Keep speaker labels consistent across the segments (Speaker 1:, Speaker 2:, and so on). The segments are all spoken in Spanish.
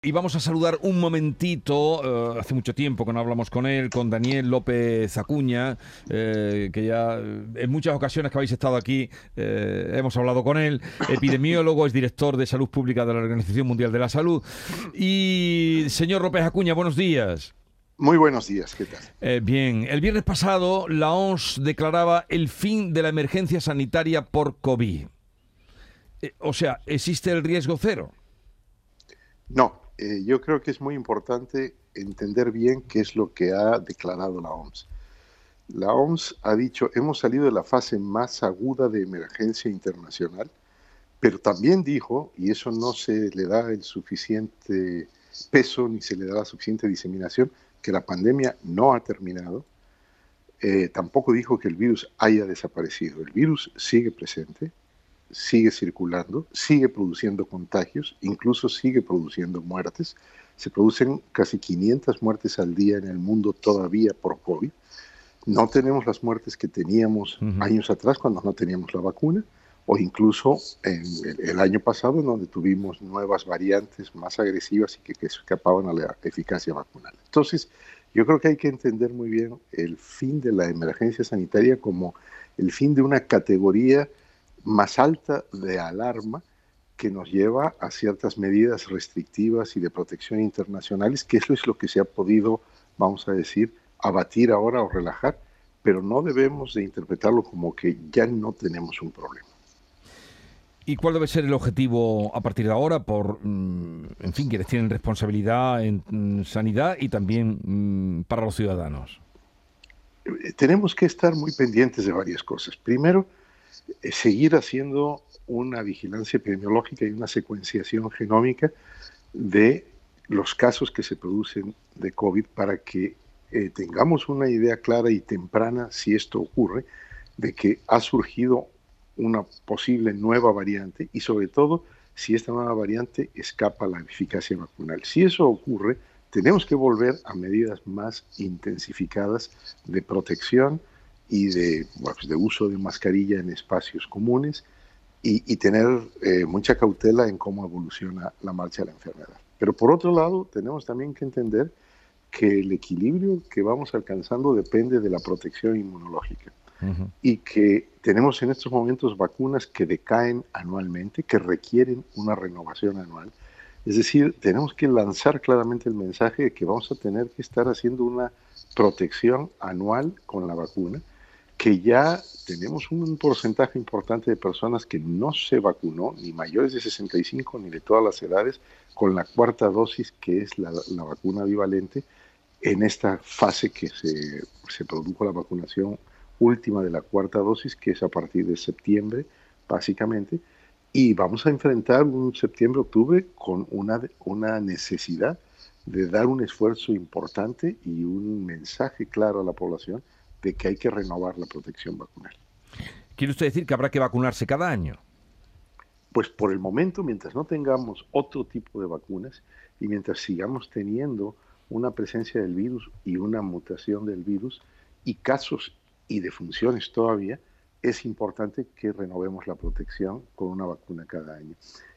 Speaker 1: Y vamos a saludar un momentito, hace mucho tiempo que no hablamos con él, con Daniel López Acuña, que ya en muchas ocasiones que habéis estado aquí hemos hablado con él, epidemiólogo, es director de Salud Pública de la Organización Mundial de la Salud. Y señor López Acuña, buenos días.
Speaker 2: Muy buenos días, ¿qué tal?
Speaker 1: Bien, el viernes pasado la OMS declaraba el fin de la emergencia sanitaria por COVID. O sea, ¿existe el riesgo cero?
Speaker 2: No, yo creo que es muy importante entender bien qué es lo que ha declarado la OMS. La OMS ha dicho, hemos salido de la fase más aguda de emergencia internacional, pero también dijo, y eso no se le da el suficiente peso ni se le da la suficiente diseminación, que la pandemia no ha terminado. Tampoco dijo que el virus haya desaparecido. El virus sigue presente, sigue circulando, sigue produciendo contagios, incluso sigue produciendo muertes. Se producen casi 500 muertes al día en el mundo todavía por COVID. No tenemos las muertes que teníamos años atrás cuando no teníamos la vacuna, o incluso en el año pasado, en donde tuvimos nuevas variantes más agresivas y que escapaban a la eficacia vacunal. Entonces, yo creo que hay que entender muy bien el fin de la emergencia sanitaria como el fin de una categoría más alta de alarma que nos lleva a ciertas medidas restrictivas y de protección internacionales, que eso es lo que se ha podido, vamos a decir, abatir ahora o relajar, pero no debemos de interpretarlo como que ya no tenemos un problema.
Speaker 1: ¿Y cuál debe ser el objetivo a partir de ahora en fin, quienes tienen responsabilidad en sanidad y también para los ciudadanos?
Speaker 2: Tenemos que estar muy pendientes de varias cosas. Primero, seguir haciendo una vigilancia epidemiológica y una secuenciación genómica de los casos que se producen de COVID para que tengamos una idea clara y temprana, si esto ocurre, de que ha surgido una posible nueva variante y sobre todo si esta nueva variante escapa a la eficacia vacunal. Si eso ocurre, tenemos que volver a medidas más intensificadas de protección y de uso de mascarilla en espacios comunes y tener mucha cautela en cómo evoluciona la marcha de la enfermedad. Pero por otro lado, tenemos también que entender que el equilibrio que vamos alcanzando depende de la protección inmunológica y que tenemos en estos momentos vacunas que decaen anualmente, que requieren una renovación anual. Es decir, tenemos que lanzar claramente el mensaje de que vamos a tener que estar haciendo una protección anual con la vacuna, que ya tenemos un porcentaje importante de personas que no se vacunó, ni mayores de 65 ni de todas las edades, con la cuarta dosis, que es la vacuna bivalente, en esta fase que se produjo la vacunación última de la cuarta dosis, que es a partir de septiembre, básicamente, y vamos a enfrentar un septiembre-octubre con una necesidad de dar un esfuerzo importante y un mensaje claro a la población de que hay que renovar la protección vacunal.
Speaker 1: ¿Quiere usted decir que habrá que vacunarse cada año?
Speaker 2: Pues por el momento, mientras no tengamos otro tipo de vacunas y mientras sigamos teniendo una presencia del virus y una mutación del virus y casos y defunciones todavía, es importante que renovemos la protección con una vacuna cada año.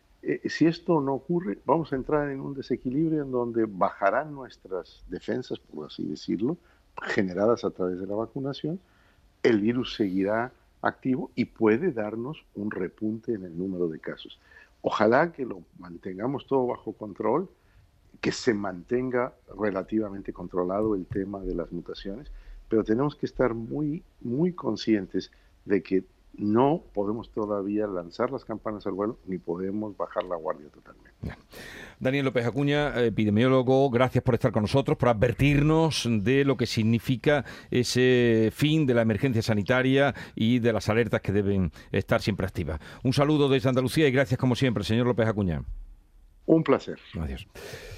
Speaker 2: Si esto no ocurre, vamos a entrar en un desequilibrio en donde bajarán nuestras defensas, por así decirlo, generadas a través de la vacunación, el virus seguirá activo y puede darnos un repunte en el número de casos. Ojalá que lo mantengamos todo bajo control, que se mantenga relativamente controlado el tema de las mutaciones, pero tenemos que estar muy, muy conscientes de que no podemos todavía lanzar las campanas al vuelo ni podemos bajar la guardia totalmente.
Speaker 1: Daniel López Acuña, epidemiólogo, gracias por estar con nosotros, por advertirnos de lo que significa ese fin de la emergencia sanitaria y de las alertas que deben estar siempre activas. Un saludo desde Andalucía y gracias como siempre, señor López Acuña.
Speaker 2: Un placer.
Speaker 1: Adiós.